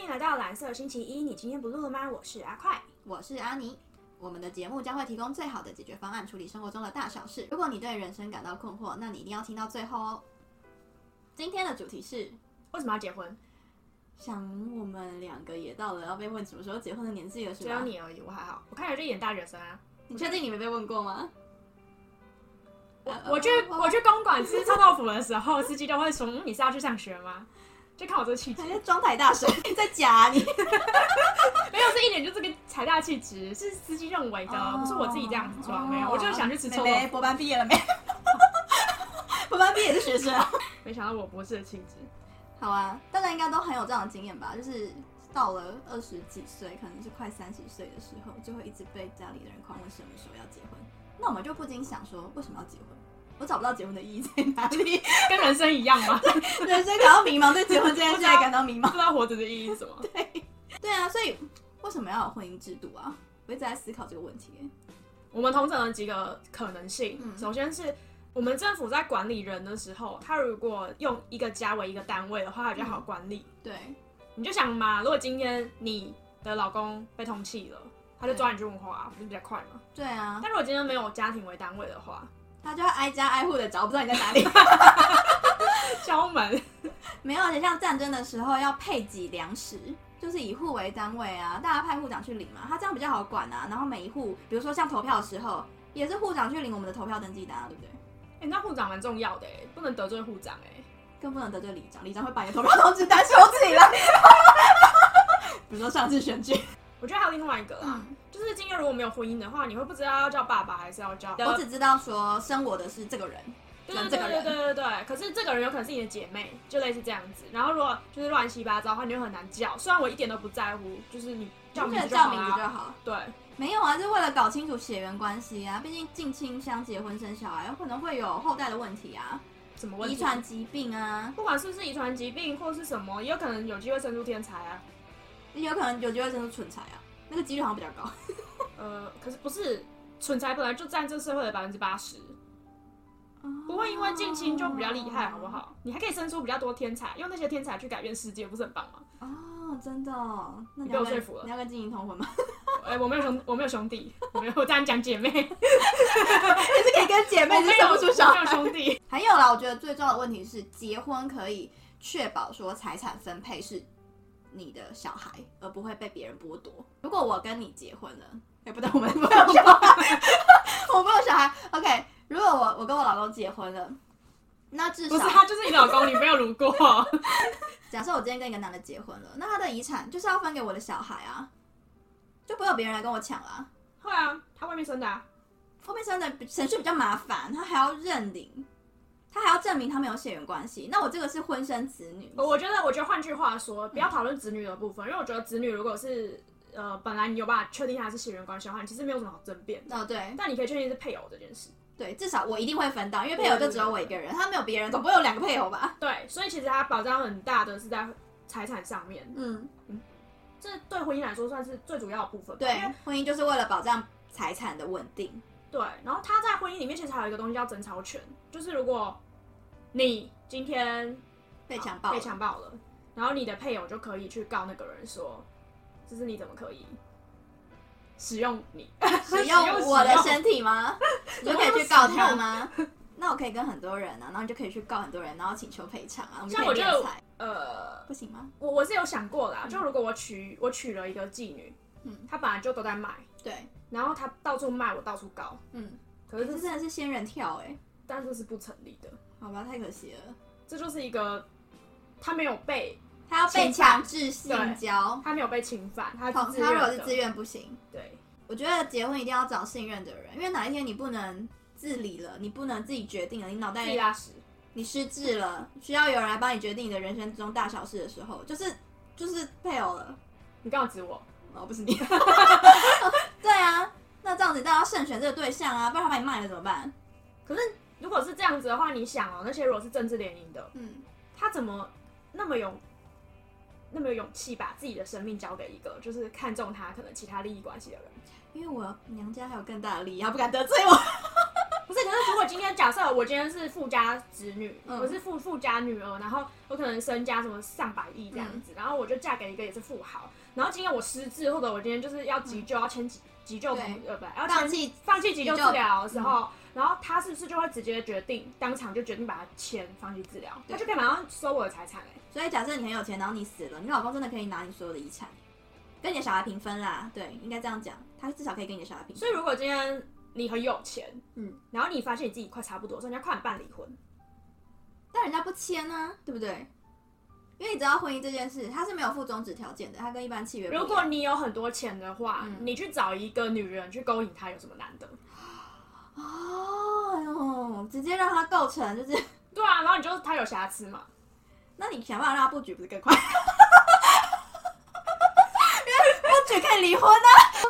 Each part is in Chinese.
迎来到蓝色星期一，你今天不录了吗？我是阿快， 我是阿妮。我们的节目将会提供最好的解决方案，处理生活中的大小事。如果你对人生感到困惑，那你一定要听到最后哦。今天的主题是为什么要结婚？ 想我们两个也到了要被问什么时候结婚的年纪了，是吧？ 只有你而已，我还好。我看起来就演大学生啊。 你确定你没被问过吗？ 我去公馆吃臭豆腐的时候，司机都会说：“你是要去上学吗？”就看我这个气质， 还在装台大神，在假你。 没有，这一点就这个财大气质，是司机认为的，不是我自己这样子装。没有，我就是想去吃臭豆腐。 博班毕业了没？博班毕业是学生啊。 没想到我博士的气质。 好啊，大家应该都很有这样的经验吧？就是到了20几岁，可能是快30岁的时候，就会一直被家里的人狂问什么时候要结婚。那我们就不禁想说，为什么要结婚？我找不到结婚的意义在哪里？ 跟人生一样吗？ 人生感到迷茫，对结婚这件事也感到迷茫， 不知道活着的意义是什么。 对啊，所以为什么要有婚姻制度啊？我一直在思考这个问题。 我们统整了几个可能性。首先是我们政府在管理人的时候，他如果用一个家为一个单位的话，比较好管理。 对， 你就想嘛，如果今天你的老公被通缉了，他就抓你去问话，不是比较快吗？ 对啊。 但如果今天没有家庭为单位的话， 他就要挨家挨户的找，不知道你在哪里。 敲门。 没有，而且像战争的时候要配给粮食，就是以户为单位啊，大家派户长去领嘛，他这样比较好管啊。然后每一户，比如说像投票的时候，也是户长去领我们的投票登记单啊，对不对？ 那户长蛮重要的不能得罪户长更不能得罪里长，里长会把你的投票通知单收起来。比如说上次选举。 我觉得还有另外一个啦，就是今天如果没有婚姻的话，你会不知道要叫爸爸还是要叫。 我只知道说生我的是这个人，跟这个人。 对。可是这个人有可能是你的姐妹，就类似这样子。然后如果就是乱七八糟的话，你就很难叫。虽然我一点都不在乎，就是你叫名字就好。 叫名字就好。 对。 没有啊，是为了搞清楚血缘关系啊。毕竟近亲相结婚生小孩，有可能会有后代的问题啊。 什么问题？ 遗传疾病啊。 不管是不是遗传疾病或是什么，也有可能有机会生出天才啊。 也有可能有机会生出蠢材啊。那个几率好像比较高。 可是不是蠢材本来就占这社会的80%，不会因为近亲就比较厉害，好不好？你还可以生出比较多天才，用那些天才去改变世界，不是很棒吗？ 哦，真的哦。那你被我说服了。 你要跟金莹通婚吗？ 我没有兄弟，我这样讲姐妹，也是可以跟姐妹，是生不出小孩。 没有兄弟。 还有啦，我觉得最重要的问题是，结婚可以确保说财产分配是你的小孩，而不会被别人剥夺。如果我跟你结婚了，不对，我们没有小孩，我没有小孩。OK， 如果我跟我老公结婚了，那至少不是他就是你老公，你没有如果。 假设我今天跟一个男的结婚了，那他的遗产就是要分给我的小孩啊，就不会有别人来跟我抢啦。 会啊，他外面生的啊。 后面生的程序比较麻烦，他还要认领。他还要证明他们有血缘关系，那我这个是婚生子女。 我觉得换句话说，不要讨论子女的部分，因为我觉得子女如果是本来你有办法确定他是血缘关系的话，你其实没有什么好争辩的。 对。 但你可以确定是配偶这件事。 对，至少我一定会分到，因为配偶就只有我一个人，他没有别人，总不会有2个配偶吧？ 对，所以其实他保障很大的是在财产上面。这对婚姻来说算是最主要的部分。 对，婚姻就是为了保障财产的稳定。 对，然后他在婚姻里面其实还有一个东西叫争吵权，就是如果你今天被强暴了，然后你的配偶就可以去告那个人说，就是你怎么可以使用我的身体吗？你就可以去告他吗？那我可以跟很多人啊，然后你就可以去告很多人，然后请求赔偿啊。 像我就不行吗？ 我是有想过啦，就如果我娶了一个妓女，她本来就都在卖， 对， 然后她到处卖，我到处告，可是这真的是仙人跳但这是不成立的。 好吧，太可惜了。 这就是一个他没有被， 他要被强制性交， 他没有被侵犯，他如果是自愿不行。 对， 我觉得结婚一定要找信任的人，因为哪一天你不能自理了，你不能自己决定了，你脑袋你失智了，需要有人来帮你决定你的人生中大小事的时候，就是配偶了。 你干嘛指我？ 不是你。对啊，那这样子大家要慎选这个对象啊，不然他把你卖了怎么办？ 可是如果是这样子的话，你想那些如果是政治联姻的，他怎么那么有勇气把自己的生命交给一个就是看中他可能其他利益关系的人？ 因为我娘家还有更大的利益，他不敢得罪我。 不是，可是如果果今天假设我今天是富家子女，我是富家女儿，然后我可能身家什么上百亿这样子，然后我就嫁给一个也是富豪，然后今天我失智，或者我今天就是要急救，要签急救同不要放弃急救治疗的时候，然后他是不是就会直接当场就决定把他签放弃治疗，他就可以马上收我的财产所以假设你很有钱，然后你死了，你老公真的可以拿你所有的遗产，跟你的小孩平分啦。对，应该这样讲，他至少可以跟你的小孩平分。 所以如果今天你很有钱，然后你发现你自己快差不多的时候，你要快点办离婚， 但人家不签啊，对不对？因为你知道婚姻这件事，它是没有附终止条件的，它跟一般契约不一样。 如果你有很多钱的话，你去找一个女人去勾引她，有什么难的？ 哦，直接让他构成就是对啊，然后你就他有瑕疵嘛， 那你想办法让他不举，不是更快？不举可以离婚啊。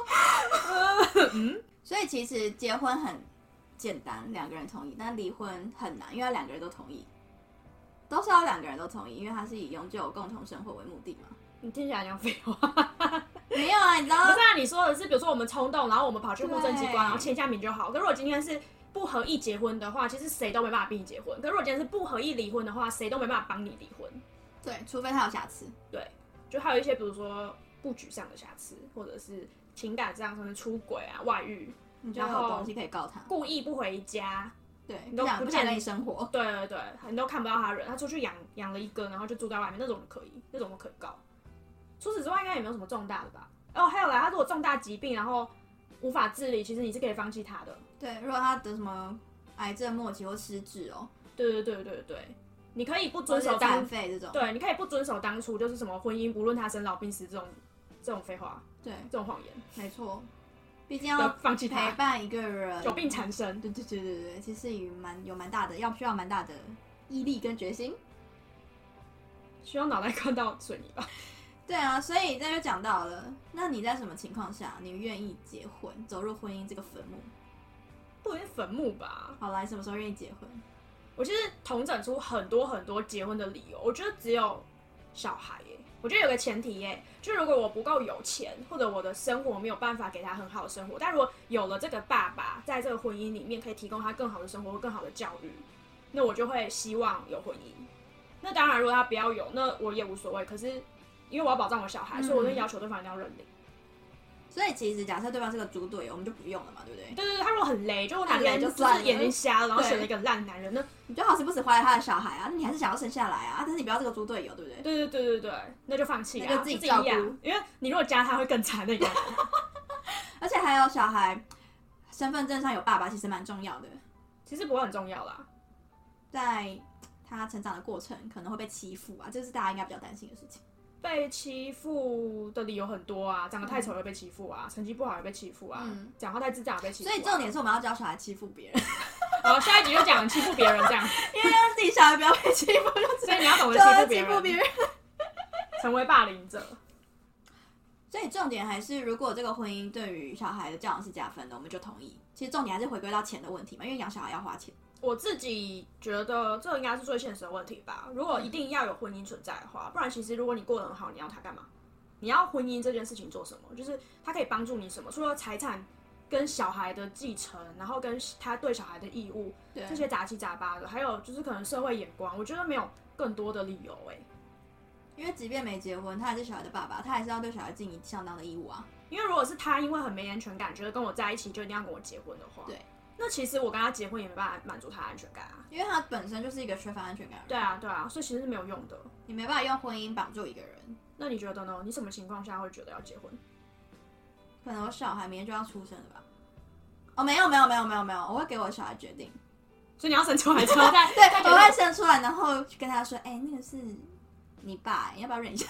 所以其实结婚很简单，两个人同意，但离婚很难，因为要两个人都同意，都是要两个人都同意，因为它是以永久共同生活为目的嘛。 你听起来像废话。 没有啊，你知道？ 不是啊，你说的是，比如说我们冲动，然后我们跑去户政机关，然后签下名就好。可如果今天是不合意结婚的话，其实谁都没办法逼你结婚。可如果今天是不合意离婚的话，谁都没办法帮你离婚。 对，除非他有瑕疵。 对，就还有一些，比如说布局上的瑕疵，或者是情感上，甚至出轨啊、外遇， 你就有东西可以告他。 故意不回家， 对，不想跟你生活。 对对对，你都看不到他人，他出去养了一个，然后就住在外面，那种可以，那种都可以告。除此之外，应该也没有什么重大的吧？哦，还有啦，他如果重大疾病，然后无法治理，其实你是可以放弃他的。 对，如果他得什么癌症末期或失智哦。 对，你可以不遵守残废这种。 对，你可以不遵守当初就是什么婚姻不论他生老病死这种废话。 对， 这种谎言。 没错，毕竟要放弃他， 陪伴一个人， 久病缠身。 对，其实有蛮大的，需要蛮大的毅力跟决心。 需要脑袋看到水泥吧。 对啊，所以这就讲到了，那你在什么情况下你愿意结婚，走入婚姻这个坟墓？ 不一定坟墓吧。 好啦，你什么时候愿意结婚？ 我其实统整出很多结婚的理由，我觉得只有小孩耶。我觉得有个前提耶，就如果我不够有钱，或者我的生活没有办法给他很好的生活，但如果有了这个爸爸，在这个婚姻里面可以提供他更好的生活、更好的教育，那我就会希望有婚姻。那当然，如果他不要有，那我也无所谓。可是因为我要保障我小孩，所以我会要求对方一定要认领。 所以其实假设对方是个猪队友，我们就不用了嘛，对不对？ 对，他如果很雷，就我哪天就是眼睛瞎了，然后选了一个烂男人，那你就好死不死怀了他的小孩啊，那你还是想要生下来啊，但是你不要这个猪队友，对不对？ 对，那就放弃啊， 那就自己照顾， 因为你如果加他会更惨那个。 而且还有小孩身份证上有爸爸，其实蛮重要的。 其实不会很重要啦， 在他成长的过程可能会被欺负啊，这是大家应该比较担心的事情。 被欺负的理由很多啊，长得太丑也被欺负啊，成绩不好也被欺负啊，讲话太智障也被欺负。 所以重点是我们要教小孩欺负别人。 好，下一集就讲欺负别人这样， 因为让自己小孩不要被欺负， 所以你要懂得欺负别人，成为霸凌者。 所以重点还是，如果这个婚姻对于小孩的教养是加分的，我们就同意。其实重点还是回归到钱的问题嘛，因为养小孩要花钱。 我自己觉得这应该是最现实的问题吧。如果一定要有婚姻存在的话，不然其实如果你过得很好，你要他干嘛？你要婚姻这件事情做什么？就是他可以帮助你什么？除了财产跟小孩的继承，然后跟他对小孩的义务，这些杂七杂八的，还有就是可能社会眼光，我觉得没有更多的理由因为即便没结婚，他还是小孩的爸爸，他还是要对小孩尽你相当的义务啊。 因为如果是他因为很没安全感，觉得跟我在一起就一定要跟我结婚的话， 对， 那其实我跟他结婚也没办法满足他的安全感啊。 因为他本身就是一个缺乏安全感的人。对啊，所以其实是没有用的。 你没办法用婚姻绑住一个人。 那你觉得呢？你什么情况下会觉得要结婚？ 可能我小孩明天就要出生了吧？哦，没有，我会给我的小孩决定。 所以你要生出来之后再对，我会生出来，然后跟他说：“那个是你爸，你要不要认一下？”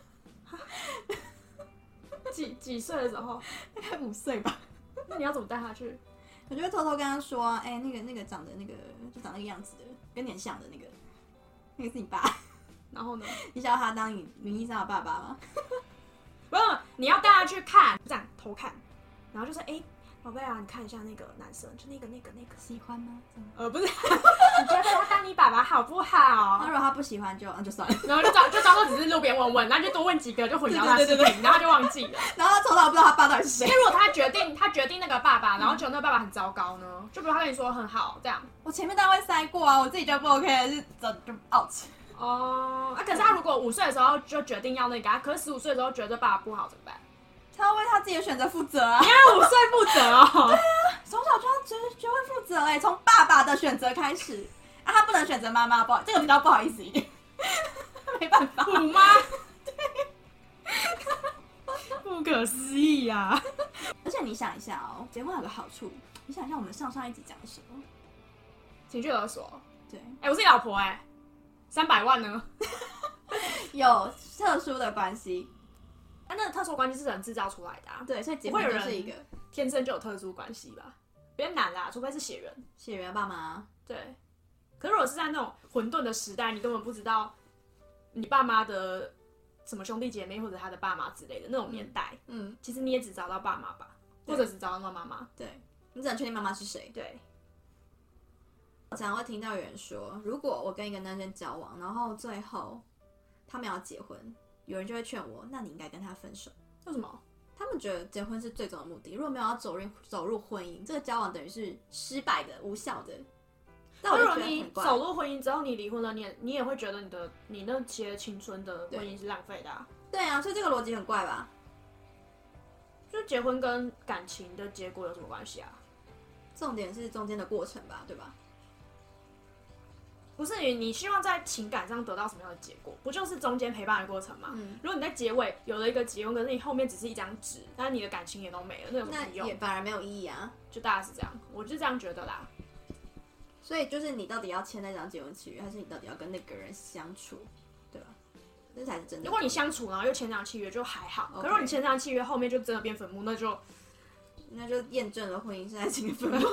几岁的时候？ 大概5岁吧。 那你要怎么带他去？ 我就会偷偷跟他说：“那个长得就长那个样子的，跟你很像的那个是你爸。” 然后呢？ 你想要他当你名义上的爸爸吗？ 不用，你要带他去看，这样偷看，然后就说：“ 宝贝啊，你看一下那个男生，就那个， 喜欢吗？ 不是，你觉得他当你爸爸好不好？ 那如果他不喜欢就算了， 然后就当做只是路边问，然后就多问几个，就混淆他视频，然后他就忘记了。 然后他从来不知道他爸到底是谁。 因为如果他决定那个爸爸，然后结果那个爸爸很糟糕呢，就比如他跟你说很好这样， 我前面当然会塞过啊，我自己觉得不 OK 是就 out。 可是他如果5岁的时候就决定要那个，可是15岁的时候觉得爸爸不好怎么办？ 他要为他自己的选择负责啊！ 你要5岁负责哦。 对啊，从小就要学会负责哎，从爸爸的选择开始啊，他不能选择妈妈，不好，这个比较不好意思一点，没办法。 虎妈，不可思议啊！ 而且你想一下哦，结婚有个好处，你想一下我们上一集讲的什么？ 情绪勒索。 对， 我是你老婆300万呢？ 有特殊的关系。 那个特殊关系是人制造出来的啊。 对，所以结婚就是一个天生就有特殊关系吧，比较难啦，除非是血缘爸妈。 对，可是如果是在那种混沌的时代，你根本不知道你爸妈的什么兄弟姐妹或者他的爸妈之类的那种年代，其实你也只找到爸妈吧，或者只找到妈妈。 对，你只能确定妈妈是谁。 对， 我常常会听到有人说，如果我跟一个男生交往，然后最后他们要结婚，有人就会劝我，那你应该跟他分手。 为什么？ 他们觉得结婚是最终的目的，如果没有要走入婚姻，这个交往等于是失败的、无效的。但我就觉得很怪。 走入婚姻之后，你离婚了，你也会觉得你那些青春的婚姻是浪费的啊。 对啊，所以这个逻辑很怪吧？ 就是结婚跟感情的结果有什么关系啊？ 重点是中间的过程吧，对吧？ 不是你希望在情感上得到什么样的结果？不就是中间陪伴的过程吗？如果你在结尾有了一个结婚，可是你后面只是一张纸，但是你的感情也都没了，那有什么用？ 也反而没有意义啊。 就大概是这样，我就这样觉得啦。 所以就是你到底要签那张结婚契约，还是你到底要跟那个人相处，对吧？这才是真的。 如果你相处然后又签这张契约就还好，可是如果你签这张契约后面就真的变坟墓，那就验证了婚姻是爱情的坟墓。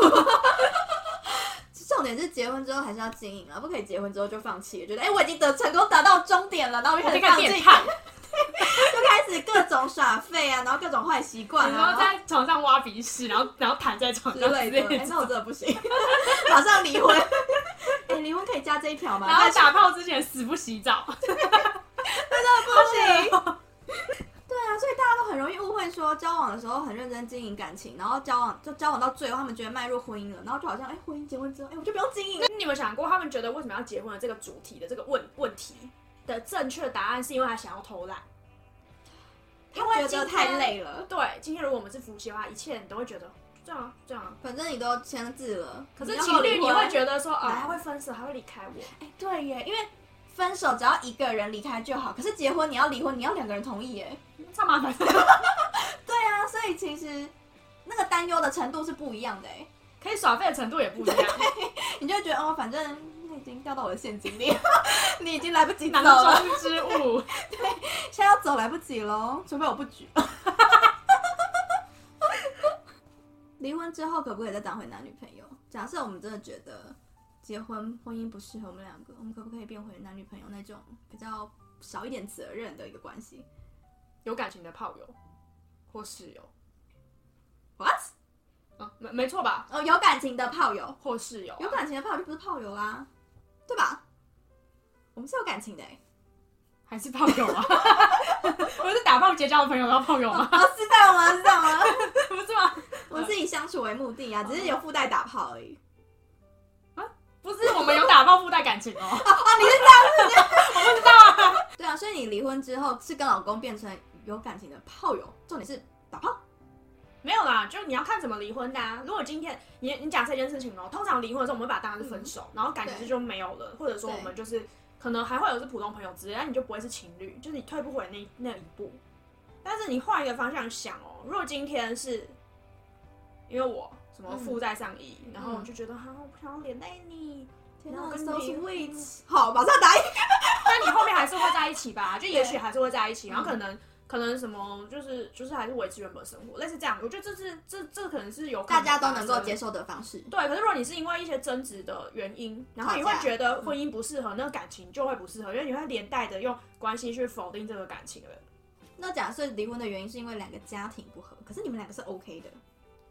重点是结婚之后还是要经营啊，不可以结婚之后就放弃了，觉得我已经成功达到终点了，然后我就开始放弃，就开始各种耍废啊，然后各种坏习惯啊， 然后在床上挖鼻屎，然后躺在床上之类的。那我真的不行，马上离婚。离婚可以加这一条吗？ 然后打炮之前死不洗澡， 真的不行。对啊，所以大家都很容易误会说，交往的时候很认真经营感情，然后交往到最后，他们觉得迈入婚姻了，然后就好像婚姻结婚之后，我就不用经营。 那你有想过，他们觉得为什么要结婚的这个主题的这个问题的正确答案，是因为他想要偷懒， 因为觉得太累了。 对，今天如果我们是夫妻的话，一切你都会觉得这样啊，这样啊， 反正你都签字了。 可是情侣你会觉得说，他会分手，还会离开我。 对耶，因为分手只要一个人离开就好，可是结婚你要离婚，你要2个人同意耶， 超麻烦。 对啊，所以其实那个担忧的程度是不一样的哎， 可以耍废的程度也不一样。 你就会觉得反正那已经掉到我的现金里，你已经来不及走了。 囊中之物。 对，现在要走来不及喽，除非我不举。离婚之后可不可以再当回男女朋友？假设我们真的觉得婚姻不适合我们2个，我们可不可以变回男女朋友那种比较少一点责任的一个关系？ 有感情的炮友或室友 ？What？ 没错吧？ 有感情的炮友或室友， 有感情的炮友就不是炮友啦，对吧？我们是有感情的还是炮友啊？我是打炮结交的朋友当炮友吗？ 是这样吗？是这样吗？ 不是吗？ 我们是以相处为目的啊，只是有附带打炮而已。 不是，我们有打炮附带感情哦。 你是这样子？ 我不知道啊。 对啊，所以你离婚之后是跟老公变成有感情的炮友，重点是打炮。 没有啦，就你要看怎么离婚的啊。如果今天你假设一件事情通常离婚的时候我们会把它当成是分手，然后感情就没有了，或者说我们就是可能还会有是普通朋友之类，但你就不会是情侣，就是你退不回那一步。但是你换一个方向想如果今天是因为我什么负债上亿，然后我就觉得我不想要连累你， 天哪然后跟 ，so 你 sweet，好，马上答应。 但你后面还是会在一起吧？就也许还是会在一起，然后可能什么就是还是维持原本生活，类似这样。我觉得这可能是有可能大家都能够接受的方式。 对，可是如果你是因为一些争执的原因，然后你会觉得婚姻不适合，那个感情就会不适合，因为你会连带的用关系去否定这个感情了。 那假设离婚的原因是因为2个家庭不合，可是你们2个是 OK 的，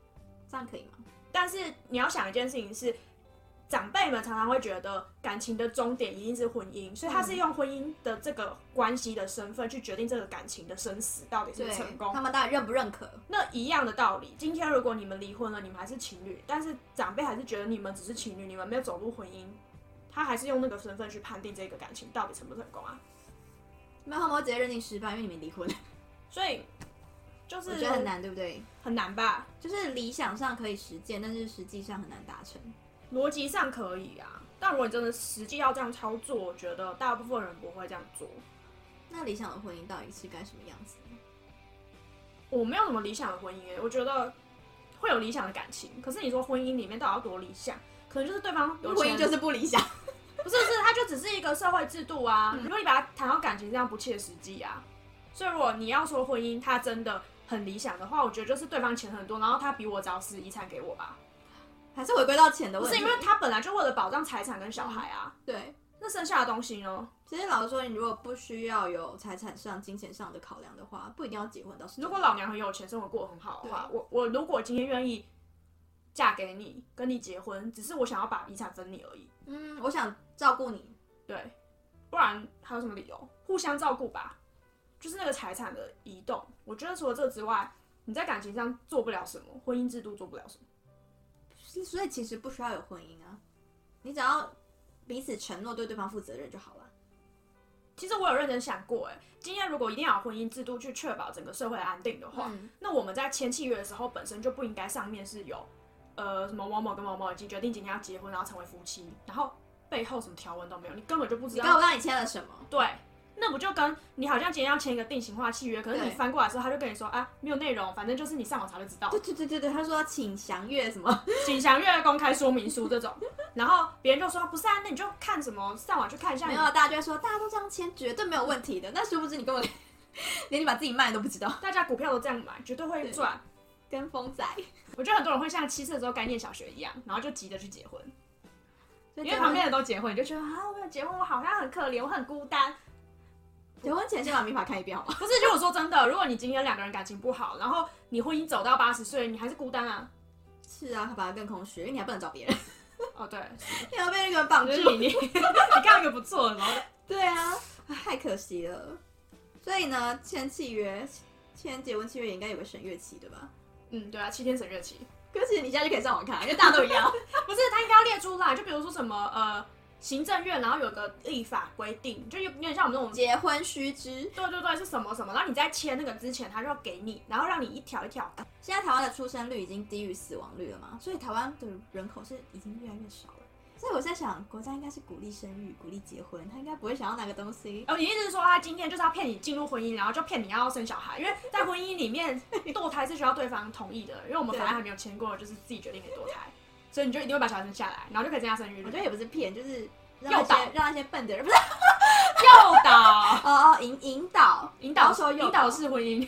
这样可以吗？ 但是你要想一件事情是，长辈们常常会觉得感情的终点一定是婚姻，所以他是用婚姻的这个关系的身份去决定这个感情的生死到底是不是成功。 他们到底认不认可？ 那一样的道理，今天如果你们离婚了，你们还是情侣，但是长辈还是觉得你们只是情侣，你们没有走入婚姻，他还是用那个身份去判定这个感情到底成不成功啊？ 没有，他们会直接认定失败，因为你们离婚。 所以就是我觉得很难，对不对？ 很难吧？ 就是理想上可以实践，但是实际上很难达成。 逻辑上可以啊，但如果你真的实际要这样操作，我觉得大部分人不会这样做。 那理想的婚姻到底是该什么样子呢？ 我没有什么理想的婚姻我觉得会有理想的感情，可是你说婚姻里面到底要多理想？可能就是对方有钱， 婚姻就是不理想。 不是，它就只是一个社会制度啊。如果你把它谈到感情，这样不切实际啊。所以如果你要说婚姻它真的很理想的话，我觉得就是对方钱很多，然后他比我早死遗产给我吧。 还是回归到钱的问题？ 不是，因为他本来就为了保障财产跟小孩啊。 对， 那剩下的东西呢？ 其实老实说，你如果不需要有财产上、金钱上的考量的话，不一定要结婚倒是。 如果老娘很有钱，生活过得很好的话，我如果今天愿意嫁给你，跟你结婚，只是我想要把遗产分你而已。 我想照顾你， 对，不然还有什么理由？互相照顾吧。就是那个财产的移动，我觉得除了这之外，你在感情上做不了什么，婚姻制度做不了什么。 所以其实不需要有婚姻啊，你只要彼此承诺对对方负责任就好了。 其实我有认真想过，今天如果一定要有婚姻制度去确保整个社会的安定的话，那我们在签契约的时候本身就不应该上面是有什么某某跟某某已经决定今天要结婚，然后成为夫妻，然后背后什么条文都没有，你根本就不知道。 你告诉他你签了什么？ 对。那不就跟你好像今天要签一个定型化契约，可是你翻过来的时候，他就跟你说啊，没有内容，反正就是你上网查就知道。 对，他说请详阅什么， 请详阅公开说明书这种，然后别人就说不是啊，那你就看什么上网去看一下。 没有，大家就会说大家都这样签，绝对没有问题的。那殊不知你根本连你把自己卖都不知道。 大家股票都这样买，绝对会赚。 跟风仔， 我觉得很多人会像7岁的时候该念小学一样，然后就急着去结婚，因为旁边人都结婚，你就觉得啊，我没有结婚，我好像很可怜，我很孤单。 结婚前先把民法看一遍好吗？ 不是，就我说真的，如果你今天2个人感情不好，然后你婚姻走到80岁，你还是孤单啊。 是啊，反而更空虚，因为你还不能找别人。 哦，对， 你要被那个绑住。 你看一个不错的，然后对啊，太可惜了。所以呢，签契约、签结婚契约也应该有个审阅期，对吧？ 对啊，7天审阅期。 可是你现在就可以上网看，因为大家都一样。 不是，他应该要列出来，就比如说什么行政院，然后有个立法规定，就有点像我们那种结婚须知。 对，是什么什么，然后你在签那个之前，他就要给你，然后让你一条一条。 现在台湾的出生率已经低于死亡率了嘛，所以台湾的人口是已经越来越少了。所以我在想，国家应该是鼓励生育、鼓励结婚，他应该不会想要哪个东西。 你意思是说，他今天就是要骗你进入婚姻，然后就骗你要生小孩？因为在婚姻里面，堕胎是需要对方同意的，因为我们法案还没有签过，就是自己决定可以堕胎，所以你就一定会把小孩生下来，然后就可以增加生育率。 我觉得也不是骗，就是诱导， 让那些笨的人不是诱导引导式婚姻。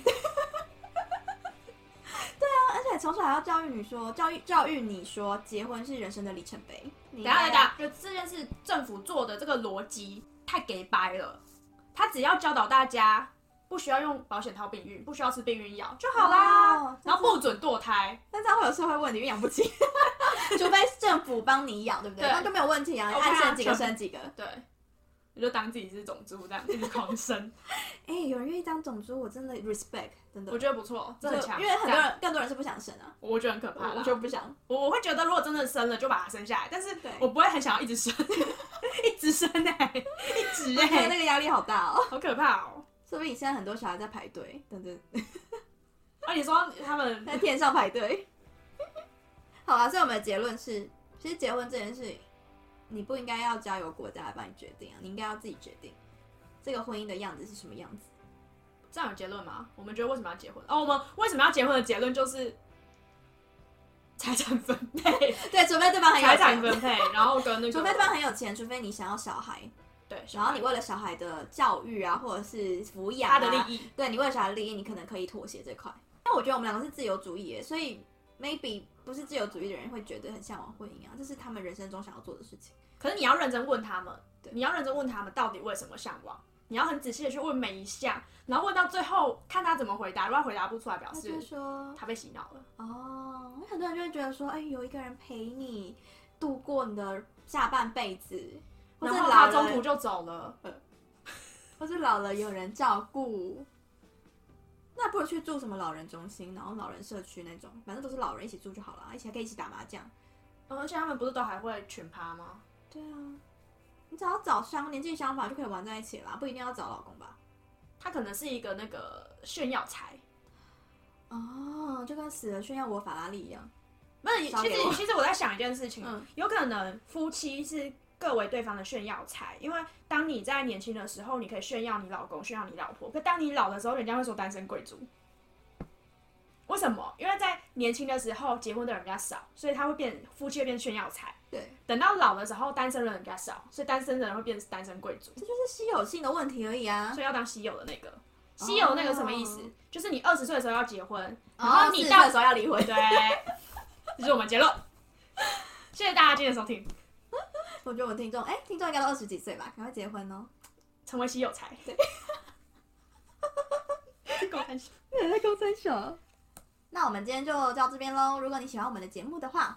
对啊，而且从小还要教育你说，结婚是人生的里程碑。 等一下，就这件事政府做的这个逻辑太给掰了。他只要教导大家不需要用保险套避孕，不需要吃避孕药就好啦，然后不准堕胎。 但这样会有社会问题，因为养不起，除非政府帮你养，对不对？那就没有问题啊，你爱生几个生几个。 对。你就当自己是种猪这样一直狂生。 有人愿意当种猪，我真的 respect， 真的， 我觉得不错，这很强。 因为更多人是不想生啊。 我觉得很可怕， 我就不想。 我会觉得如果真的生了，就把它生下来，但是我不会很想要一直生，一直生一直我觉得那个压力好大哦， 好可怕哦。 说不定现在很多小孩在排队，等等。 你说他们在天上排队。好啊，所以我们的结论是，其实结婚这件事。你不应该要交由国家来帮你决定啊，你应该要自己决定这个婚姻的样子是什么样子。 这样有结论吗？我们觉得为什么要结婚？我们为什么要结婚的结论就是财产分配。 对，除非对方很有钱。 财产分配，然后跟那个， 除非对方很有钱，除非你想要小孩。 对， 然后你为了小孩的教育啊，或者是抚养他的利益， 对你为了小孩的利益，你可能可以妥协这块。但我觉得我们2个是自由主义耶，所以 maybe 不是自由主义的人会觉得很向往婚姻啊，这是他们人生中想要做的事情。 可是你要认真问他们，你要认真问他们到底为什么向往。 你要很仔细的去问每一项，然后问到最后看他怎么回答，如果他回答不出来，表他就示说他被洗脑了。 哦，很多人就会觉得说，哎，有一个人陪你度过你的下半辈子，或然后者老了他中途就走了， 或是老了有人照顾，那不如去住什么老人中心，然后老人社区那种，反正都是老人一起住就好了，还可以一起打麻将。 而且他们不是都还会群趴吗？ 对啊，你只要找年纪相仿就可以玩在一起啦，不一定要找老公吧？ 他可能是一个那个炫耀财。 哦，就跟死了炫耀我法拉利一样。 不是， 烧给我其实我在想一件事情， 嗯有可能夫妻是各为对方的炫耀财，因为当你在年轻的时候，你可以炫耀你老公、炫耀你老婆，可当你老的时候，人家会说单身贵族。为什么？因为在年轻的时候结婚的人比较少，所以他会夫妻会变炫耀财。 对， 等到老的时候，单身的人比较少，所以单身的人会变单身贵族。 这就是稀有性的问题而已啊。 所以要当稀有的那个。稀有的那个什么意思？就是你20岁的时候要结婚，然后后你到 40岁的时候要离婚。 对，这是我们结论。谢谢大家今天的收听， 我觉得我们听众应该都20几岁吧，赶快结婚哦， 成为稀有财。对，够贪心。 在公三小。那我们今天就到这边喽。如果你喜欢我们的节目的话，